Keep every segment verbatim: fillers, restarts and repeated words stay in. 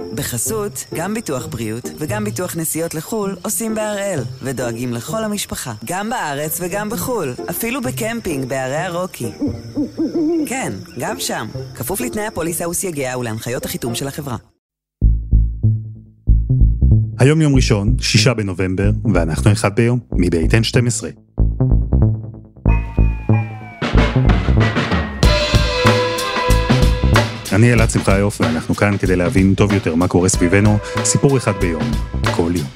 בחסות, גם ביטוח בריאות וגם ביטוח נסיעות לחול עושים בהראל, ודואגים לכל המשפחה, גם בארץ וגם בחול, אפילו בקמפינג בערי הרוקי. כן, גם שם, כפוף לתנאי הפוליסה וסייגיה ולהנחיות החיתום של החברה. היום יום ראשון, שישה בנובמבר, ואנחנו אחד ביום, מבית אן שתים עשרה. אני אלעד שמחיוף, ואנחנו כאן כדי להבין טוב יותר מה קורה סביבנו, סיפור אחד ביום, כל יום.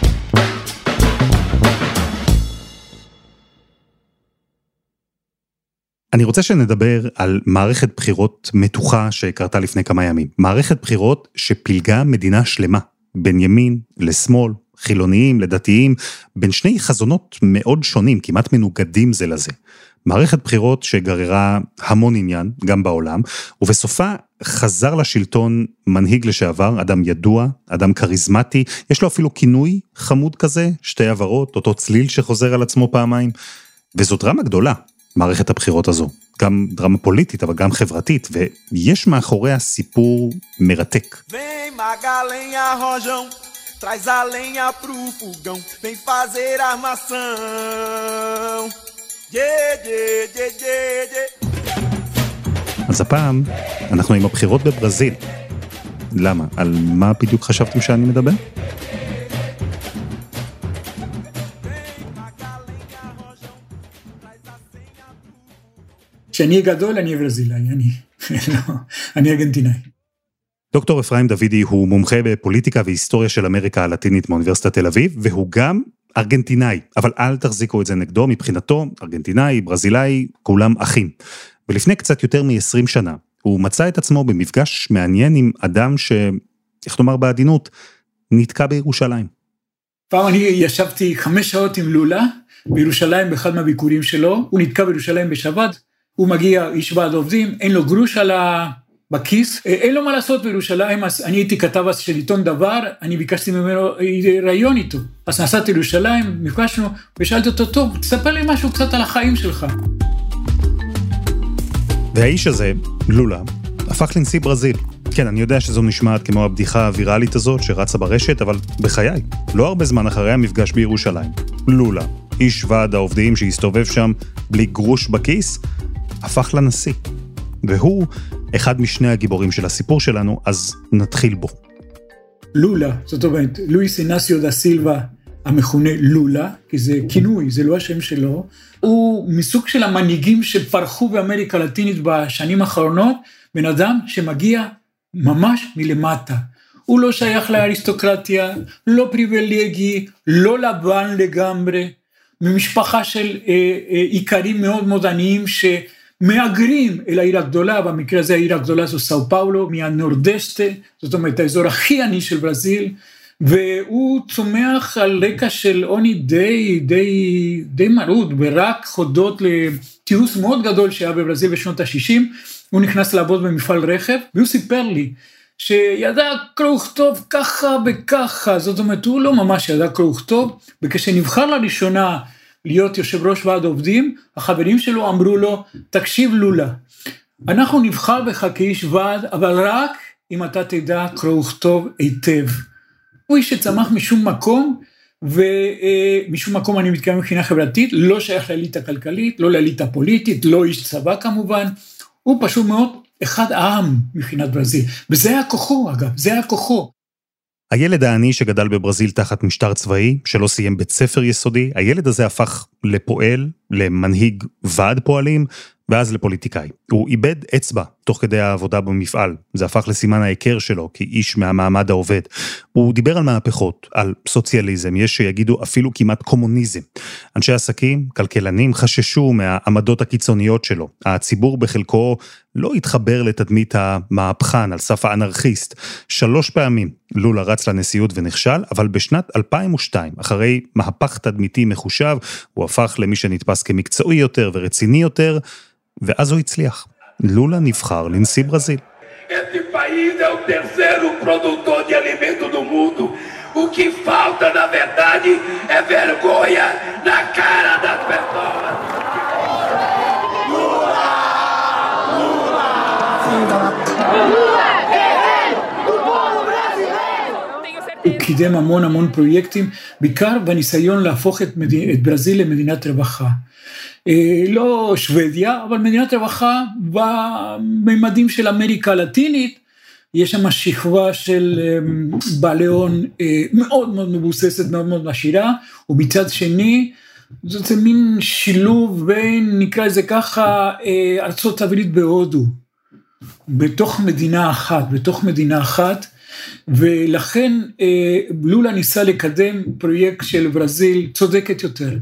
אני רוצה שנדבר על מערכת בחירות מתוחה שקרתה לפני כמה ימים. מערכת בחירות שפילגה מדינה שלמה, בין ימין לשמאל, חילוניים לדתיים, בין שני חזונות מאוד שונים, כמעט מנוגדים זה לזה. מערכת בחירות שגררה המון עניין, גם בעולם, ובסופה חזר לשלטון מנהיג לשעבר, אדם ידוע, אדם קריזמטי, יש לו אפילו כינוי חמוד כזה, שתי עברות, אותו צליל שחוזר על עצמו פעמיים, וזו דרמה גדולה, מערכת הבחירות הזו. גם דרמה פוליטית, אבל גם חברתית, ויש מאחוריה סיפור מרתק. Traz a lenha pro fogão, vem fazer armação. Yeah, yeah, yeah, yeah, yeah. אז הפעם אנחנו עם הבחירות בברזיל. למה? על מה בדיוק חשבתם שאני מדבר? כשאני גדול אני ברזילאי, אני לא, אני ארגנטינאי. דוקטור אפרים דוידי הוא מומחה בפוליטיקה והיסטוריה של אמריקה הלטינית מאוניברסיטת תל אביב, והוא גם ארגנטינאי, אבל אל תחזיקו את זה נגדו, מבחינתו, ארגנטינאי, ברזילאי, כולם אחים. ולפני קצת יותר מ-עשרים שנה, הוא מצא את עצמו במפגש מעניין עם אדם ש, איך נאמר בעדינות, נתקע בירושלים. פעם אני ישבתי חמש שעות עם לולה, בירושלים באחד מהביקורים שלו, הוא נתקע בירושלים בשבת, הוא מגיע, איש ועד עובדים, אין לו גרוש על ה... בכיס, אין לו מה לעשות בירושלים, אז אני הייתי כתב של עיתון דבר, אני ביקשתי ממנו רעיון איתו, אז נסעתי לירושלים, מפגשנו, ושאלתי אותו, טוב, תספר לי משהו קצת על החיים שלך. והאיש הזה, לולה, הפך לנשיא ברזיל. כן, אני יודע שזו נשמעת כמו הבדיחה הווירלית הזאת שרצה ברשת, אבל בחיי, לא הרבה זמן אחרי המפגש בירושלים. לולה, איש ועד העובדים שהסתובב שם בלי גרוש בכיס, הפך לנשיא. והוא אחד משני הגיבורים של הסיפור שלנו, אז נתחיל בו. לולה, זאת אומרת, לואיס אינאסיו דה סילבה, המכונה לולה, כי זה כינוי, זה לא השם שלו, הוא מסוג של המנהיגים שפרחו באמריקה הלטינית בשנים האחרונות, בן אדם שמגיע ממש מלמטה. הוא לא שייך לאריסטוקרטיה, לא פריבילגי, לא לבן לגמרי, ממשפחה של אה, אה, עיקרים מאוד מאוד עניים ש... מאגרים אל העיר הגדולה, במקרה הזה העיר הגדולה זו סאו פאולו, מהנורדסטה, זאת אומרת האזור הכי עני של ברזיל, והוא צומח על רקע של עוני די, די, די מרוד, ורק חודות לתיעוש מאוד גדול שהיה בברזיל בשנות ה-שישים, הוא נכנס לעבוד במפעל רכב, והוא סיפר לי שידע קרוא וכתוב ככה וככה, זאת אומרת הוא לא ממש ידע קרוא וכתוב, וכשנבחר לראשונה, להיות יושב ראש ועד עובדים, החברים שלו אמרו לו, תקשיב לולה, אנחנו נבחר בך כאיש ועד, אבל רק אם אתה תדע קרוא וכתוב היטב. הוא איש שצמח משום מקום, ומשום מקום אני מתכוון מבחינה חברתית, לא שייך לאליטה כלכלית, לא לאליטה פוליטית, לא איש צבא כמובן, הוא פשוט מאוד אחד העם מבחינת ברזיל, וזה היה כוחו אגב, זה היה כוחו. הילד העני שגדל בברזיל תחת משטר צבאי, שלא סיים בית ספר יסודי, הילד הזה הפך לפועל, למנהיג ועד פועלים, ואז לפוליטיקאי. הוא איבד אצבע תוך כדי העבודה במפעל. זה הפך לסימן ההיכר שלו כאיש מהמעמד העובד. הוא דיבר על מהפכות, על סוציאליזם, יש שיגידו אפילו כמעט קומוניזם. אנשי עסקים, כלכלנים, חששו מהעמדות הקיצוניות שלו. הציבור בחלקו לא התחבר לתדמית המהפכן על סף האנרכיסט. שלוש פעמים לולה רץ לנשיאות ונכשל, אבל בשנת אלפיים ושתיים, אחרי מהפך תדמיתי מחושב, הוא הפך למי שנתפס כמקצועי יותר ורציני יותר, ואז הוא הצליח. לולה נבחר לנשיא ברזיל. Esse país é o terceiro produtor de alimento do mundo. O que falta, na verdade, é vergonha na cara das pessoas. Lula! Lula! Lula! Guerreiro do povo brasileiro! הוא קידם המון המון פרויקטים, בעיקר בניסיון להפוך את, מדינה, את ברזיל למדינת רווחה. לא שוודיה, אבל מדינת רווחה בממדים של אמריקה הלטינית, יש שם שכבה של בעלי הון מאוד מאוד מבוססת, מאוד מאוד עשירה, ומצד שני, זאת מין שילוב בין, נקרא לזה ככה, ארצות הברית בהודו, בתוך מדינה אחת, בתוך מדינה אחת, ולכן לולה ניסה לקדם פרויקט של ברזיל צודקת יותר,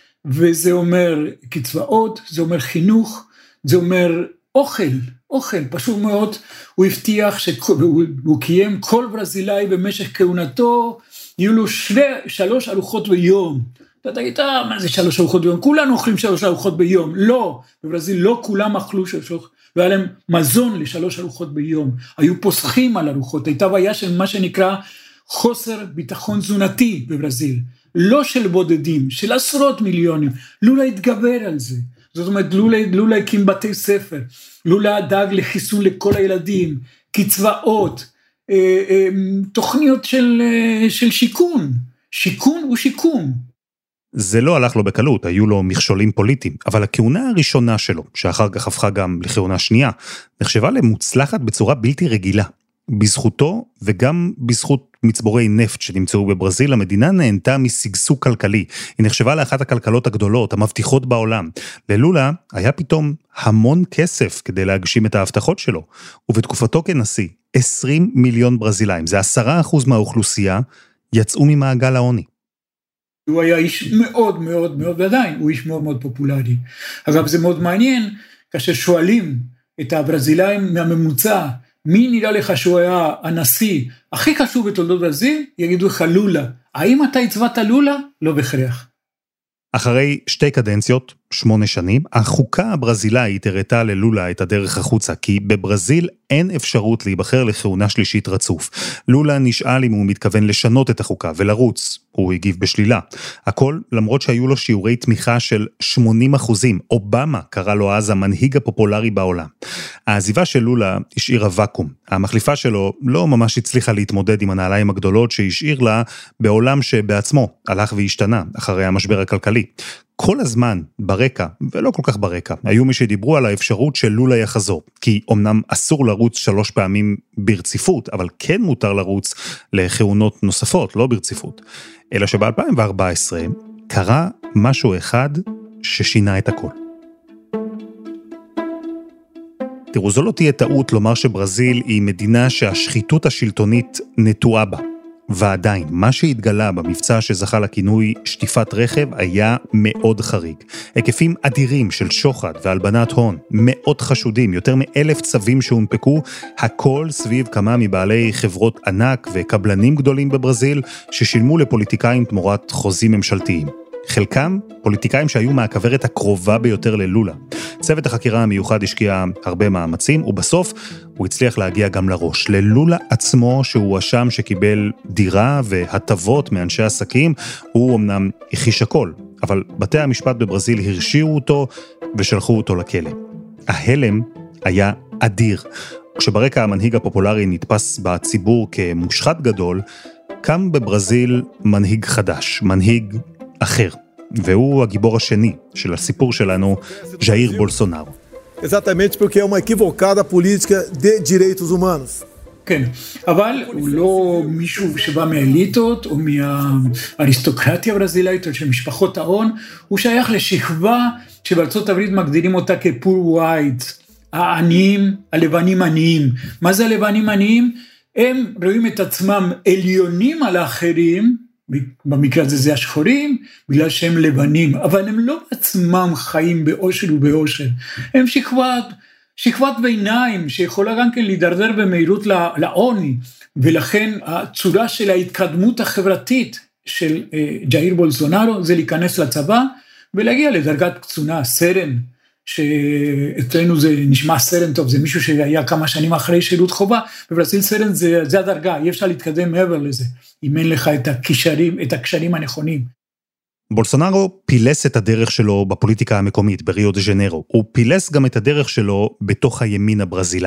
וזה אומר קצבאות, זה אומר חינוך, זה אומר אוכל, אוכל, פשוט מאוד, הוא הבטיח שהוא קיים כל ברזילאי במשך כהונתו, יהיו לו שני, שלוש ארוחות ביום. אתה תגיד, מה זה שלוש ארוחות ביום? כולנו אוכלים שלוש ארוחות ביום. לא, בברזיל לא כולם אכלו שלוש ארוחות, והיה להם מזון לשלוש ארוחות ביום. היו פוסחים על ארוחות, הייתה בעיה של מה שנקרא חוסר ביטחון תזונתי בברזיל. לא של בודדים, של עשרות מיליונים. לולה התגבר על זה. זאת אומרת, לולה, לולה הקים בתי ספר, לולה דאג לחיסון לכל הילדים, קצבאות, אה, אה, תוכניות של, אה, של שיקון. שיקון הוא שיקום. זה לא הלך לו בקלות, היו לו מכשולים פוליטיים, אבל הכהונה הראשונה שלו, שאחר כך הפכה גם לכהונה שנייה, נחשבה למוצלחת בצורה בלתי רגילה. בזכותו וגם בזכות מצבורי נפט שנמצאו בברזיל, המדינה נהנתה מסגסוג כלכלי. היא נחשבה לאחת הכלכלות הגדולות, המבטיחות בעולם. ללולה היה פתאום המון כסף כדי להגשים את ההבטחות שלו. ובתקופתו כנשיא, עשרים מיליון ברזילאים, זה עשרה אחוז מהאוכלוסייה, יצאו ממעגל העוני. הוא היה איש מאוד מאוד מאוד, ועדיין הוא איש מאוד מאוד פופולרי. אגב, זה מאוד מעניין, כאשר שואלים את הברזילאים מהממוצע, מי נראה לך שהוא היה הנשיא הכי חשוב בתולדות ברזיל? יגידו לך לולה. האם אתה הצבעת לולה? לא בכרח. אחרי שתי קדנציות, שמונה שנים, החוקה הברזילאית הראתה ללולה את הדרך החוצה, כי בברזיל אין אפשרות להיבחר לכהונה שלישית רצוף. לולה נשאל אם הוא מתכוון לשנות את החוקה ולרוץ, הוא הגיב בשלילה. הכל למרות שהיו לו שיעורי תמיכה של שמונים אחוזים, אובמה קרא לו אז המנהיג הפופולרי בעולם. העזיבה של לולה השאירה וקום, המחליפה שלו לא ממש הצליחה להתמודד עם הנעליים הגדולות שהשאיר לה בעולם שבעצמו הלך והשתנה אחרי המשבר הכלכלי. כל הזמן ברקע, ולא כל כך ברקע, היו מי שדיברו על האפשרות של לולה יחזור, כי אמנם אסור לרוץ שלוש פעמים ברציפות, אבל כן מותר לרוץ לכהונות נוספות, לא ברציפות. אלא שב-אלפיים וארבע עשרה קרה משהו אחד ששינה את הכל. תראו, זו לא תהיה טעות לומר שברזיל היא מדינה שהשחיתות השלטונית נטועה בה. ועדיין, מה שהתגלה במבצע שזכה לכינוי שטיפת רכב היה מאוד חריג. היקפים אדירים של שוחד והלבנת הון, מאות חשודים, יותר מאלף צווים שהונפקו, הכל סביב כמה מבעלי חברות ענק וקבלנים גדולים בברזיל, ששילמו לפוליטיקאים תמורת חוזים ממשלתיים. חלקם פוליטיקאים שהיו מהכוורת הקרובה ביותר ללולה. צוות החקירה המיוחד השקיע הרבה מאמצים, ובסוף הוא הצליח להגיע גם לראש. ללולה עצמו, שהוא אשם שקיבל דירה והטבות מאנשי עסקים, הוא אמנם הכחיש הכל, אבל בתי המשפט בברזיל הרשיעו אותו ושלחו אותו לכלא. ההלם היה אדיר. כשברקע המנהיג הפופולרי נתפס בציבור כמושחת גדול, קם בברזיל מנהיג חדש, מנהיג אחר, והוא הגיבור השני של הסיפור שלנו, ז'איר בולסונארו. Exatamente porque é uma equivocada política de direitos humanos. כן, אבל הוא לא מישהו שבא מאליטות או מהאריסטוקרטיה הברזילאית או של משפחות ההון, הוא שייך לשכבה שבארצות הברית מגדירים אותה כפור ווייט, העניים, הלבנים עניים. מה זה הלבנים עניים? הם רואים את עצמם עליונים על האחרים, במקרה הזה זה השחורים, בגלל שהם לבנים, אבל הם לא עצמם חיים באושר ובאושר. הם שכבת, שכבת ביניים, שיכולה גם כן להידרדר במהירות לעוני, ולכן הצורה של ההתקדמות החברתית של ז'איר בולסונארו, זה להיכנס לצבא, ולהגיע לדרגת קצונה, סרן, שאצלנו זה נשמע סרן טוב, זה מישהו שהיה כמה שנים אחרי שירות חובה, בברזיל סרן זה, זה הדרגה, אי אפשר להתקדם מעבר לזה, אם אין לך את הקשרים, את הקשרים הנכונים. בולסונארו פילס את הדרך שלו בפוליטיקה המקומית, בריו דה ז'נרו, הוא פילס גם את הדרך שלו בתוך הימין הברזילאי.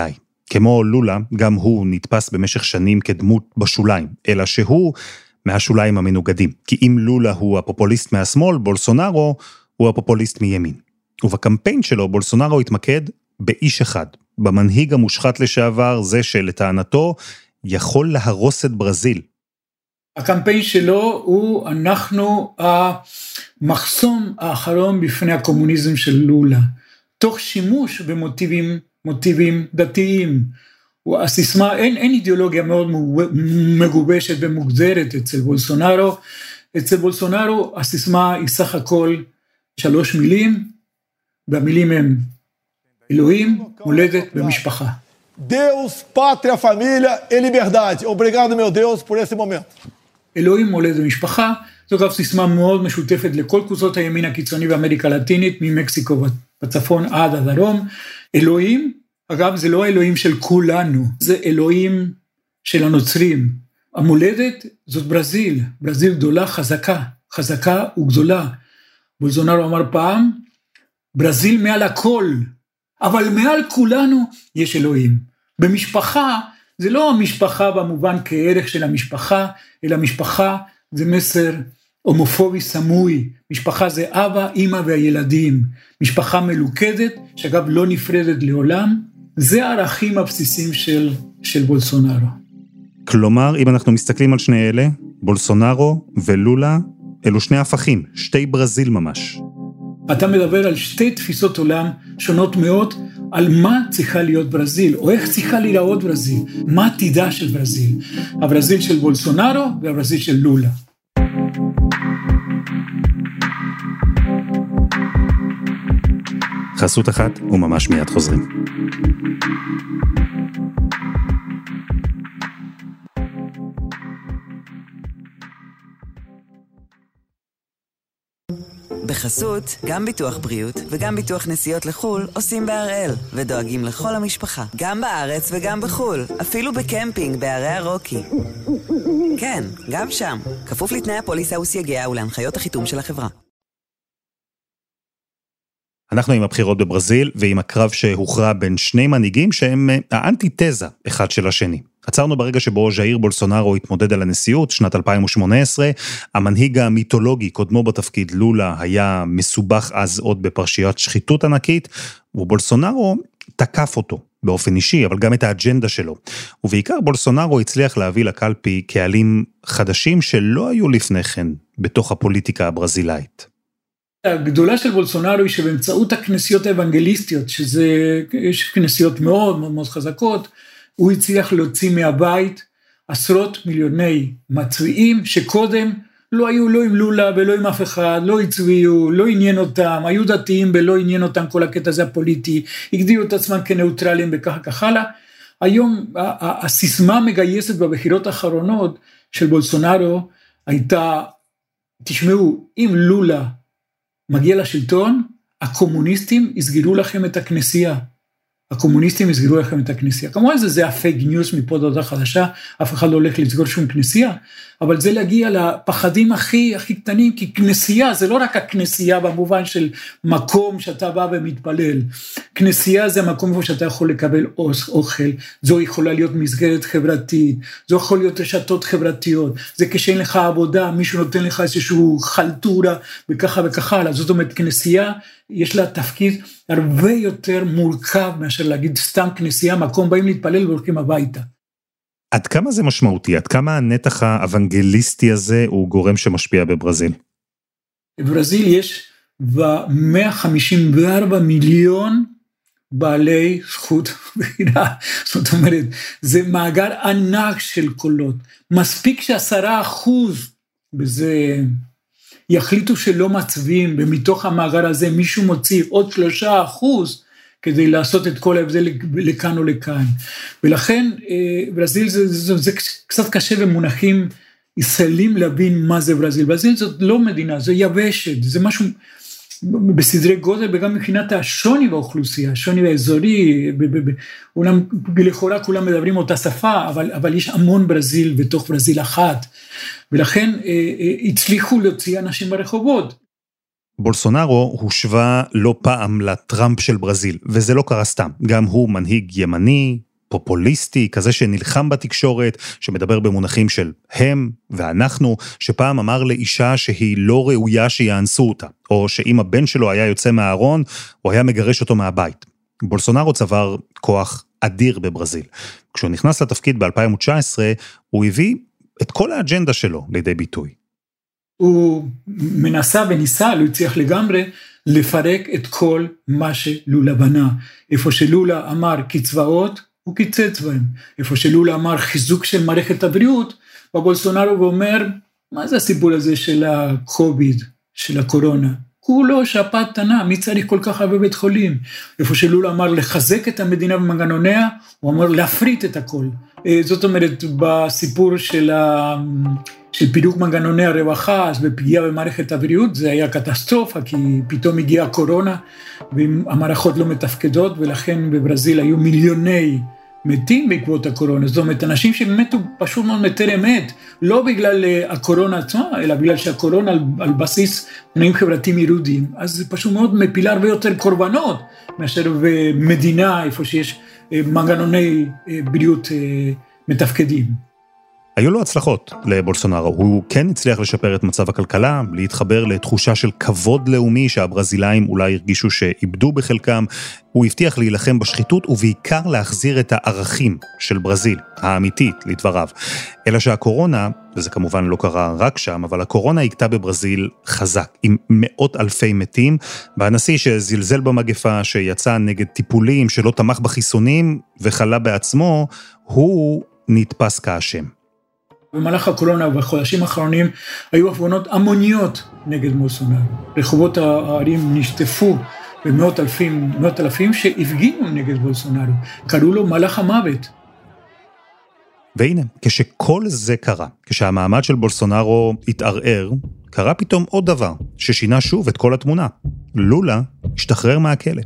כמו לולה, גם הוא נתפס במשך שנים כדמות בשוליים, אלא שהוא מהשוליים המנוגדים. כי אם לולה הוא הפופוליסט מהשמאל, בולסונארו הוא הפופוליסט מימין. ובקמפיין שלו בולסונארו התמקד באיש אחד, במנהיג המושחת לשעבר, זה שלטענתו יכול להרוס את ברזיל. הקמפיין שלו הוא אנחנו המחסום האחרון בפני הקומוניזם של לולה, תוך שימוש במוטיבים מוטיבים דתיים. הסיסמה, אין, אין אידיאולוגיה מאוד מגובשת ומוגדרת אצל בולסונארו. אצל בולסונארו הסיסמה היא סך הכל שלוש מילים, והמילים הם אלוהים, מולדת ומשפחה. Deus, pátria, família e liberdade. Obrigado, meu Deus, por esse momento. אלוהים, מולדת ומשפחה, זו גם סיסמה מאוד משותפת לכל קבוצות הימין הקיצוני באמריקה הלטינית, ממקסיקו בצפון עד הדרום. אלוהים, אגב, זה לא אלוהים של כולנו, זה אלוהים של הנוצרים. המולדת זאת ברזיל, ברזיל גדולה, חזקה, חזקה וגדולה. בולסונארו אמר פעם, ברזיל מעל הכל, אבל מעל כולנו יש אלוהים. במשפחה, זה לא המשפחה במובן כערך של המשפחה, אלא משפחה זה מסר הומופובי סמוי. משפחה זה אבא, אמא והילדים. משפחה מלוכדת, שאגב לא נפרדת לעולם. זה הערכים הבסיסיים של, של בולסונארו. כלומר, אם אנחנו מסתכלים על שני אלה, בולסונארו ולולה, אלו שני הפכים, שתי ברזיל ממש. אתה מדבר על שתי תפיסות עולם שונות מאוד, על מה צריכה להיות ברזיל, או איך צריכה להיראות ברזיל, מה עתידה של ברזיל, הברזיל של בולסונארו והברזיל של לולה. חסות אחת וממש מיד חוזרים. בחסות, גם ביטוח בריאות וגם ביטוח נסיעות לחול עושים בהראל, ודואגים לכל המשפחה, גם בארץ וגם בחול, אפילו בקמפינג בערי הרוקי. כן, גם שם, כפוף לתנאי הפוליסה וסייגיה ולהנחיות החיתום של החברה. אנחנו עם הבחירות בברזיל ועם הקרב שהוכרע בין שני מנהיגים שהם האנטיתזה אחד של השני. עצרנו ברגע שבו ז'איר בולסונארו התמודד על הנשיאות, שנת אלפיים ושמונה עשרה, המנהיג המיתולוגי, קודמו בתפקיד לולה, היה מסובך אז עוד בפרשיית שחיתות ענקית, ובולסונארו תקף אותו באופן אישי, אבל גם את האג'נדה שלו. ובעיקר בולסונארו הצליח להביא לקלפי קהלים חדשים שלא היו לפני כן בתוך הפוליטיקה הברזילאית. הגדולה של בולסונארו היא שבאמצעות הכנסיות האוונגליסטיות, שזה, יש כנסיות מאוד מאוד מאוד חזקות, הוא הצליח להוציא מהבית עשרות מיליוני מצביעים, שקודם לא היו לא עם לולה ולא עם אף אחד, לא הצביעו, לא עניין אותם, היו דתיים ולא עניין אותם כל הקטע הזה הפוליטי, הגדירו את עצמם כנאוטרלים וככה ככה הלאה. היום הסיסמה מגייסת בבחירות האחרונות של בולסונארו הייתה, תשמעו, אם לולה מגיע לשלטון, הקומוניסטים יסגרו לכם את הכנסייה. הקומוניסטים יסגרו לכם את הכנסייה. כמובן זה, זה הפייק ניוס מפה דודה חדשה, אף אחד לא הולך לסגור שום כנסייה, אבל זה להגיע לפחדים הכי, הכי קטנים, כי כנסייה זה לא רק הכנסייה במובן של מקום שאתה בא ומתפלל. כנסייה זה המקום איפה שאתה יכול לקבל אוכל, זו יכולה להיות מסגרת חברתית, זו יכול להיות רשתות חברתיות, זה כשאין לך עבודה, מישהו נותן לך איזשהו חלטורה, וככה וככה הלאה. זאת אומרת, כנסייה יש לה תפקיד הרבה יותר מורכב מאשר להגיד סתם כנסייה, מקום באים להתפלל והולכים הביתה. עד כמה זה משמעותי? עד כמה הנתח האוונגליסטי הזה הוא גורם שמשפיע בברזיל? בברזיל יש ב-מאה חמישים וארבעה מיליון בעלי זכות בחירה. זאת אומרת, זה מאגר ענק של קולות. מספיק שעשרה אחוז בזה יחליטו שלא מצביעים, ומתוך המאגר הזה מישהו מוציא עוד שלושה אחוז, כדי לעשות את כל ההבדל לכאן או לכאן. ולכן, ברזיל זה, זה, זה קצת קשה במונחים ישראלים להבין מה זה ברזיל. ברזיל זאת לא מדינה, זה יבשת, זה משהו בסדרי גודל, וגם מבחינת השוני באוכלוסייה, השוני באזורי, אולם לכאורה כולם מדברים אותה שפה, אבל, אבל יש המון ברזיל בתוך ברזיל אחת, ולכן הצליחו להוציא אנשים ברחובות. בולסונארו הושווה לא פעם לטראמפ של ברזיל, וזה לא קרה סתם. גם הוא מנהיג ימני, פופוליסטי, כזה שנלחם בתקשורת, שמדבר במונחים של הם ואנחנו, שפעם אמר לאישה שהיא לא ראויה שיאנסו אותה, או שאם הבן שלו היה יוצא מהארון, הוא היה מגרש אותו מהבית. בולסונארו צבר כוח אדיר בברזיל. כשהוא נכנס לתפקיד ב-אלפיים תשע עשרה, הוא הביא את כל האג'נדה שלו לידי ביטוי. הוא מנסה וניסה, לא הצליח לגמרי, לפרק את כל מה שלולה בנה. איפה שלולה אמר קצבאות, הוא קיצץ בהם. איפה שלולה אמר חיזוק של מערכת הבריאות, בבולסונארו ואומר, מה זה הסיפור הזה של הקוביד, של הקורונה? כולו שפעת קטנה, מי צריך כל כך הרבה בית חולים? איפה שלולה אמר לחזק את המדינה במנגנוניה, הוא אמר להפריט את הכל. זאת אומרת, בסיפור של ה... של פירוק מנגנוני הרווחה, אז בפגיעה במערכת הבריאות, זה היה קטסטרופה, כי פתאום הגיעה הקורונה, והמערכות לא מתפקדות, ולכן בברזיל היו מיליוני מתים בעקבות הקורונה. זאת אומרת, אנשים שמתו פשוט מאוד מטרם מת, לא בגלל הקורונה עצמה, אלא בגלל שהקורונה על, על בסיס תנאים חברתיים ירודים, אז זה פשוט מאוד מפילה הרבה יותר קורבנות, מאשר במדינה, איפה שיש מנגנוני בריאות מתפקדים. היו לו הצלחות לבולסונארו, הוא כן הצליח לשפר את מצב הכלכלה, להתחבר לתחושה של כבוד לאומי שהברזילאים אולי הרגישו שאיבדו בחלקם, הוא הבטיח להילחם בשחיתות ובעיקר להחזיר את הערכים של ברזיל, האמיתית לדבריו. אלא שהקורונה, וזה כמובן לא קרה רק שם, אבל הקורונה הכתה בברזיל חזק, עם מאות אלפי מתים, והנשיא שזלזל במגפה, שיצא נגד טיפולים, שלא תמך בחיסונים וחלה בעצמו, הוא נתפס כאשם. במהלך הקורונה ובחודשים האחרונים היו הפגנות המוניות נגד בולסונארו. רחובות הערים נשטפו במאות אלפים, מאות אלפים שהפגינו נגד בולסונארו. קראו לו מלאך המוות. והנה, כשכל זה קרה, כשהמעמד של בולסונארו התערער, קרה פתאום עוד דבר, ששינה שוב את כל התמונה. לולה השתחרר מהכלא.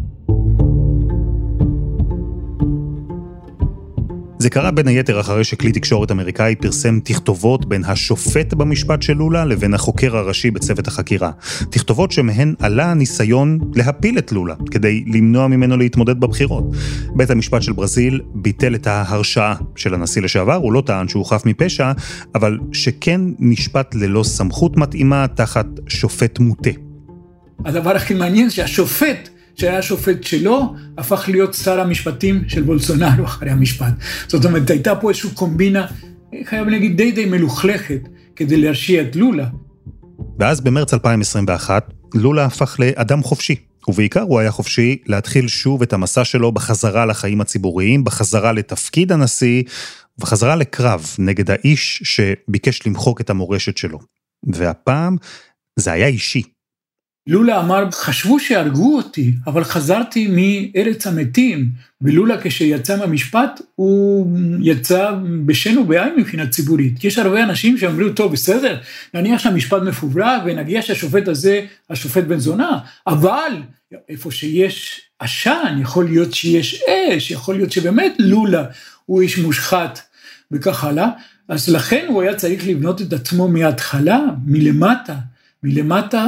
זה קרה בין היתר אחרי שכלי תקשורת אמריקאי פרסם תכתובות בין השופט במשפט של לולה לבין החוקר הראשי בצוות החקירה. תכתובות שמהן עלה הניסיון להפיל את לולה, כדי למנוע ממנו להתמודד בבחירות. בית המשפט של ברזיל ביטל את ההרשעה של הנשיא לשעבר, הוא לא טען שהוא חף מפשע, אבל שכן נשפט ללא סמכות מתאימה תחת שופט מוטה. הדבר הכי מעניין שהשופט שהיה שופט שלו, הפך להיות שר המשפטים של בולסונארו אחרי המשפט. זאת אומרת, הייתה פה איזושהי קומבינה, חייב להגיד, די די מלוכלכת, כדי להרשיע את לולה. ואז במרץ אלפיים עשרים ואחת, לולה הפך לאדם חופשי, ובעיקר הוא היה חופשי להתחיל שוב את המסע שלו בחזרה לחיים הציבוריים, בחזרה לתפקיד הנשיא, ובחזרה לקרב נגד האיש שביקש למחוק את המורשת שלו. והפעם זה היה אישי. לולה אמר, חשבו שהרגו אותי, אבל חזרתי מארץ המתים, ולולה כשיצא מהמשפט, הוא יצא בשן ובעין מבחינה ציבורית, כי יש הרבה אנשים שאמרו, טוב, בסדר, נניח שהמשפט מפוברק, ונגיע שהשופט הזה, השופט בן זונה, אבל איפה שיש עשן, יכול להיות שיש אש, יכול להיות שבאמת לולה הוא איש מושחת, וכך הלאה, אז לכן הוא היה צריך לבנות את עצמו מההתחלה, מלמטה, מלמטה,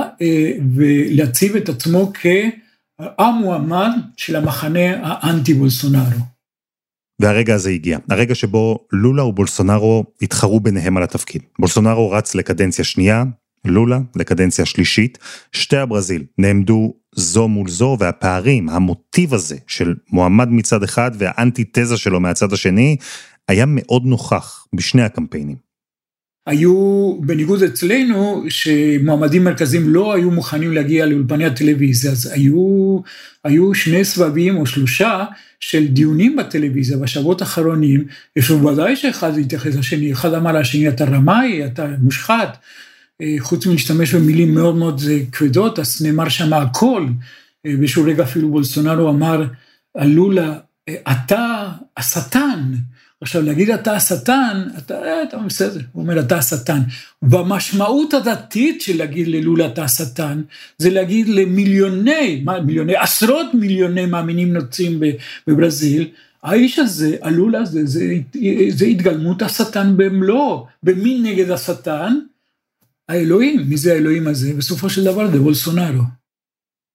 ולהציב את עצמו כהמועמד של המחנה האנטי בולסונארו. והרגע הזה הגיע, הרגע שבו לולה ובולסונארו התחרו ביניהם על התפקיד. בולסונארו רץ לקדנציה שנייה, לולה לקדנציה שלישית, שתי הברזיל נעמדו זו מול זו, והפערים, המוטיב הזה של מועמד מצד אחד והאנטי-תזה שלו מהצד השני, היה מאוד נוכח בשני הקמפיינים. היו, בניגוד אצלנו, שמועמדים מרכזיים לא היו מוכנים להגיע לאולפני הטלוויזיה, אז היו, היו שני סבבים או שלושה של דיונים בטלוויזיה בשבועות האחרונים, ושבוודאי שאחד התייחס לשני, אחד אמר לשני, אתה רמאי, אתה מושחת, חוץ מלהשתמש במילים מאוד מאוד כבדות, אז נאמר שם הכל, בשביל רגע אפילו בולסונארו אמר, לולה, אתה השטן, עכשיו, להגיד אתה השטן, אתה, אתה בסדר, הוא אומר, אתה השטן. והמשמעות הדתית של להגיד ללולה אתה השטן, זה להגיד למיליוני, מיליוני, עשרות מיליוני מאמינים נוצרים בברזיל, האיש הזה, הלולה הזה, זה, זה התגלמות השטן במלוא, במי נגד השטן? האלוהים, מי זה האלוהים הזה? בסופו של דבר, זה בולסונארו.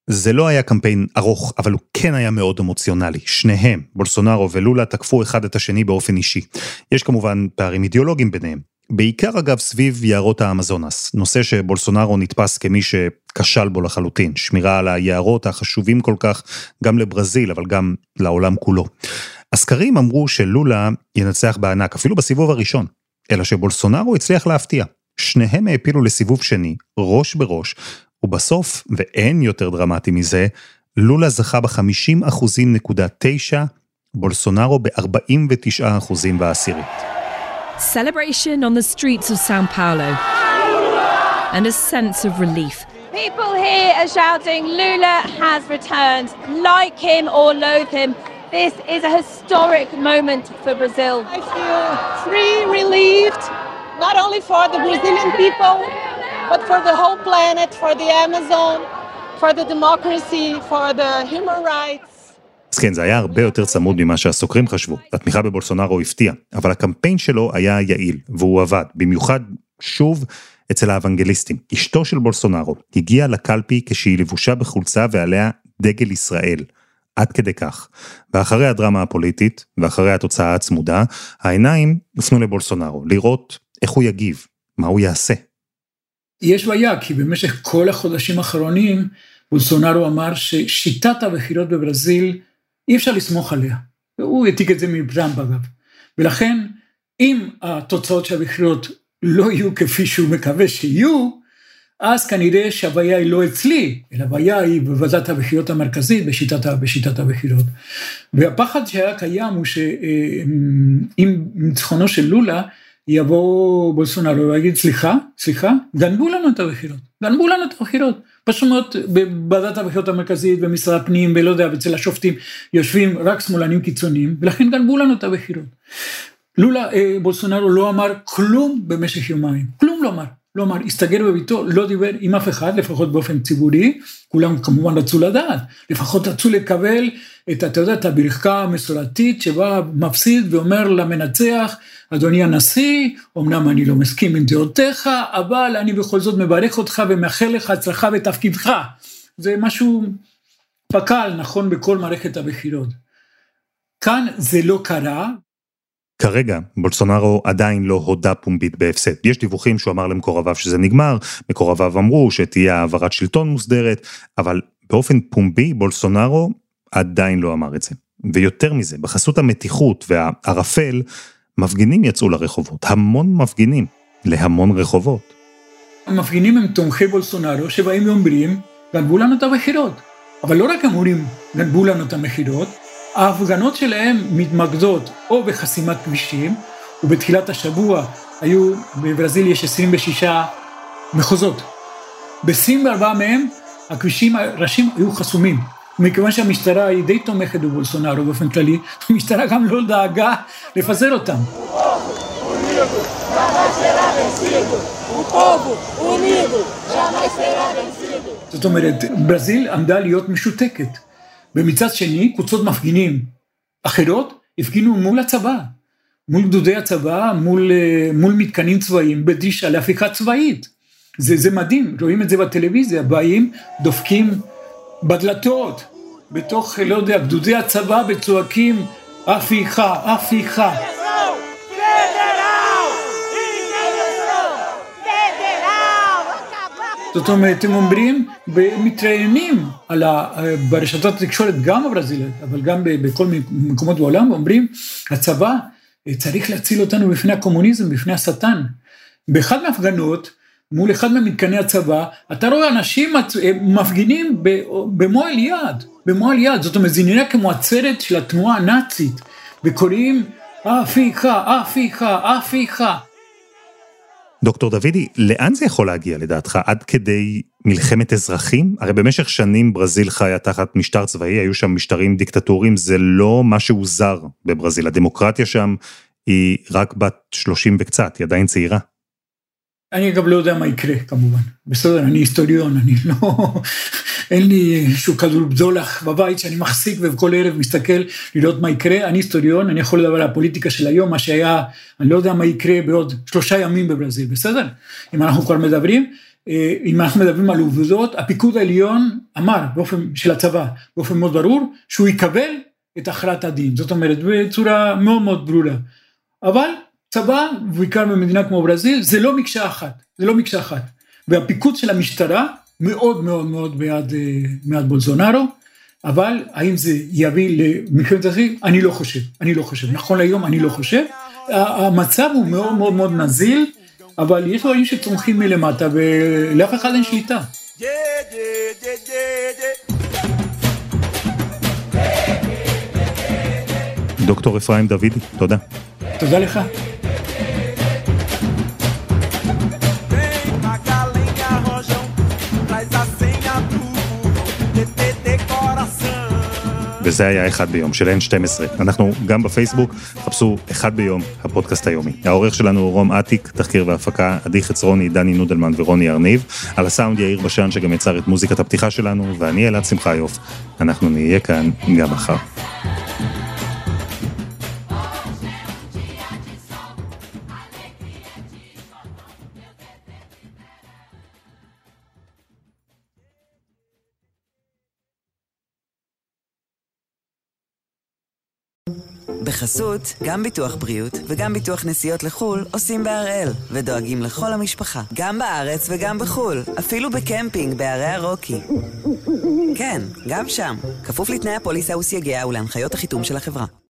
זה לא היה קמפיין ארוך, אבל הוא כן היה מאוד אמוציונלי. שניהם, בולסונארו ולולה, תקפו אחד את השני באופן אישי. יש כמובן פערים אידיאולוגיים ביניהם. בעיקר אגב סביב יערות האמזונס, נושא שבולסונארו נתפס כמי שקשל בו לחלוטין, שמירה על היערות החשובים כל כך גם לברזיל, אבל גם לעולם כולו. הסקרים אמרו שלולה ינצח בענק, אפילו בסיבוב הראשון, אלא שבולסונארו הצליח להפתיע. שניהם העפילו לסיבוב שני, ראש בראש, ובסוף, ואין יותר דרמטי מזה, לולה זכה ב-חמישים אחוזים נקודה תשע, בולסונארו ב-ארבעים ותשעה אחוזים בעשירית. Celebration on the streets of São Paulo and a sense of relief. People here are shouting, Lula has returned. Like him or loathe him, this is a historic moment for Brazil. I feel free, relieved, not only for the Brazilian people, but for the whole planet, for the Amazon, for the democracy, for the human rights. אז כן, זה היה הרבה יותר צמוד ממה שהסוקרים חשבו. התמיכה בבולסונארו הפתיע, אבל הקמפיין שלו היה יעיל, והוא עבד, במיוחד, שוב, אצל האוונגליסטים. אשתו של בולסונארו הגיעה לקלפי כשהיא לבושה בחולצה ועליה דגל ישראל, עד כדי כך. ואחרי הדרמה הפוליטית, ואחרי התוצאה הצמודה, העיניים הופנו לבולסונארו, לראות איך הוא יגיב, מה הוא יעשה. יש בעיה, כי במשך כל החודשים האחרונים, בולסונארו אמר ששיטת הבחירות בברזיל, אי אפשר לסמוך עליה. הוא העתיק את זה מטראמפ אגב. ולכן, אם התוצאות של הבחירות לא יהיו כפי שהוא מקווה שיהיו, אז כנראה שהבעיה היא לא אצלי, אלא הבעיה היא בוועדת הבחירות המרכזית, בשיטת, בשיטת הבחירות. והפחד שהיה קיים הוא שאם ניצחונו של לולה, יבוא בולסונארו ויגיד, סליחה, סליחה, גנבו לנו את הבחירות, גנבו לנו את הבחירות. פשוט מאוד, בוועדת הבחירות המרכזית, במשרד הפנים, ולא יודע, אצל השופטים, יושבים רק שמאלנים קיצוניים, ולכן גנבו לנו את הבחירות. לולה, בולסונארו לא אמר כלום במשך יומיים, כלום לא אמר, לא אמר, הסתגר בביתו, לא דיבר עם אף אחד, לפחות באופן ציבורי, כולם כמובן רצו לדעת, לפחות רצו לקבל את, אתה יודע, את הברכת המסורתית, שבה מפסיד ואומר למנצח, אדוני הנשיא, אמנם אני לא מסכים עם דעותיך, אבל אני בכל זאת מברך אותך ומאחל לך הצלחה בתפקידך. זה משהו פקל, נכון, בכל מערכת הבחירות. כאן זה לא קרה. כרגע, בולסונארו עדיין לא הודה פומבית בהפסד. יש דיווחים שהוא אמר למקורביו שזה נגמר, מקורביו אמרו שתהיה העברת שלטון מוסדרת, אבל באופן פומבי, בולסונארו עדיין לא אמר את זה. ויותר מזה, בחסות המתיחות והערפל, מפגינים יצאו לרחובות, המון מפגינים, להמון רחובות. המפגינים הם תומכי בולסונארו, שבאים ואומרים, גנבו לנו את הבחירות. אבל לא רק אמורים, גנבו לנו את הבחירות, ההפגנות שלהם מתמקדות או בחסימת כבישים, ובתחילת השבוע היו, בברזיל יש עשרים ושישה מחוזות. ב-עשרים וארבעה מהם, הכבישים הראשיים היו חסומים. מכיוון שהמשטרה היא די תומכת בבולסונארו באופן כללי, המשטרה גם לא דאגה לפזר אותם. זאת אומרת, ברזיל עמדה להיות משותקת. במצד שני, קבוצות מפגינים אחרות הפגינו מול הצבא, מול גדודי הצבא, מול, מול מתקנים צבאיים, בדרישה להפיכה צבאית. זה, זה מדהים, רואים את זה בטלוויזיה, באים, דופקים בדלתות, בתוך, לא יודע, גדודי הצבא בצועקים, הפיכה, הפיכה. זאת אומרת, הם אומרים, מתראיינים על ה, ברשתות התקשורת, גם הברזילית, אבל גם בכל מקומות בעולם, אומרים, הצבא צריך להציל אותנו בפני הקומוניזם, בפני השטן. באחד מהפגנות, מול אחד ממתקני הצבא, אתה רואה אנשים מפגינים במועל יד, במועל יד, זאת אומרת, זה נראה כמו עצרת של התנועה הנאצית, וקוראים, הפיכה, הפיכה, הפיכה. דוקטור דוידי, לאן זה יכול להגיע לדעתך? עד כדי מלחמת אזרחים? הרי במשך שנים ברזיל חיה תחת משטר צבאי, היו שם משטרים דיקטטוריים, זה לא משהו זר בברזיל. הדמוקרטיה שם היא רק בת שלושים וקצת, היא עדיין צעירה. אני אגב לא יודע מה יקרה, כמובן. בסדר, אני היסטוריון, אני לא... אין לי איזשהו כדור בדולח בבית שאני מחזיק ובכל ערב מסתכל לראות מה יקרה. אני היסטוריון, אני יכול לדבר על הפוליטיקה של היום, מה שהיה, אני לא יודע מה יקרה בעוד שלושה ימים בברזיל, בסדר? אם אנחנו כבר מדברים, אם אנחנו מדברים על עובדות, הפיקוד העליון אמר, באופן של הצבא, באופן מאוד ברור, שהוא יקבל את הכרעת הדין, זאת אומרת, בצורה מאוד מאוד ברורה. אבל צבא, בעיקר במדינה כמו ברזיל, זה לא מקשה אחת, זה לא מקשה אחת. והפיקוד של המשטרה, מאוד מאוד מאוד בעד, בעד בולסונארו, אבל האם זה יביא למלחמת אזרחים? אני לא חושב, אני לא חושב. נכון להיום אני לא חושב. המצב הוא מאוד מאוד מאוד נזיל, אבל יש דברים שצומחים מלמטה, ולאף אחד אין שליטה. דוקטור אפרים דוידי, תודה. תודה לך. וזה היה אחד ביום של אן שתים עשרה. אנחנו גם בפייסבוק, חפשו אחד ביום, הפודקאסט היומי. העורך שלנו הוא רום עתיק, תחקיר והפקה, עדי חצרוני, דני נודלמן ורוני ארניב. על הסאונד יאיר בשן שגם יצר את מוזיקת הפתיחה שלנו, ואני אלעד שמחיוף. אנחנו נהיה כאן גם מחר. בחסות, גם ביטוח בריאות וגם ביטוח נסיעות לחול עושים בהראל ודואגים לכל המשפחה, גם בארץ וגם בחול, אפילו בקמפינג בערי הרוקי. כן, גם שם, כפוף לתנאי הפוליסה וסייגיה ולהנחיות החיתום של החברה.